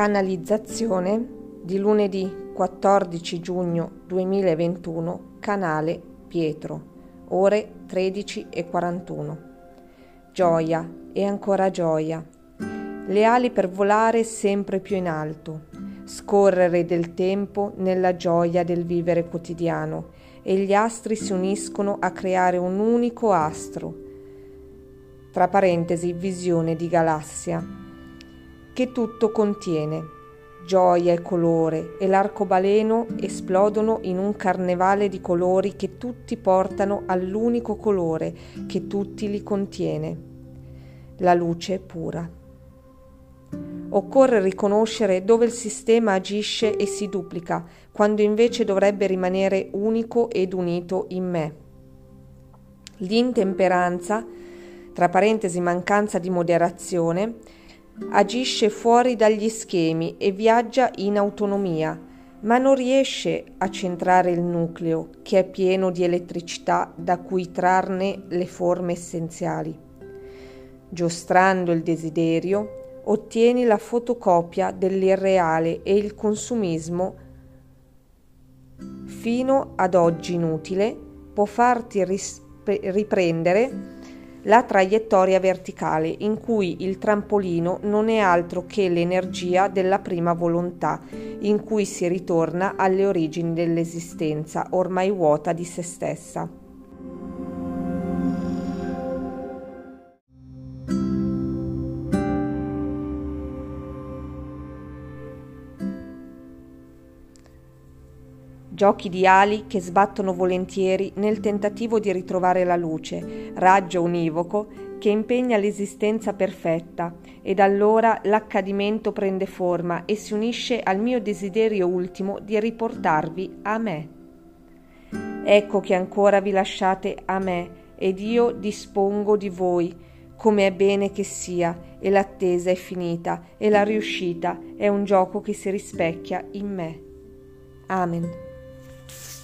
Canalizzazione di lunedì 14 giugno 2021, canale Pietro, ore 13:41. Gioia e ancora gioia. Le ali per volare sempre più in alto, scorrere del tempo nella gioia del vivere quotidiano, e gli astri si uniscono a creare un unico astro, tra parentesi visione di galassia, che tutto contiene. Gioia e colore e l'arcobaleno esplodono in un carnevale di colori che tutti portano all'unico colore che tutti li contiene, la luce pura. Occorre riconoscere dove il sistema agisce e si duplica, quando invece dovrebbe rimanere unico ed unito in me. L'intemperanza, tra parentesi mancanza di moderazione, agisce fuori dagli schemi e viaggia in autonomia, ma non riesce a centrare il nucleo, che è pieno di elettricità da cui trarne le forme essenziali. Giostrando il desiderio, ottieni la fotocopia dell'irreale e il consumismo, fino ad oggi inutile, può farti riprendere la traiettoria verticale, in cui il trampolino non è altro che l'energia della prima volontà, in cui si ritorna alle origini dell'esistenza, ormai vuota di se stessa. Giochi di ali che sbattono volentieri nel tentativo di ritrovare la luce, raggio univoco che impegna l'esistenza perfetta, ed allora l'accadimento prende forma e si unisce al mio desiderio ultimo di riportarvi a me. Ecco che ancora vi lasciate a me, ed io dispongo di voi, come è bene che sia, e l'attesa è finita, e la riuscita è un gioco che si rispecchia in me. Amen.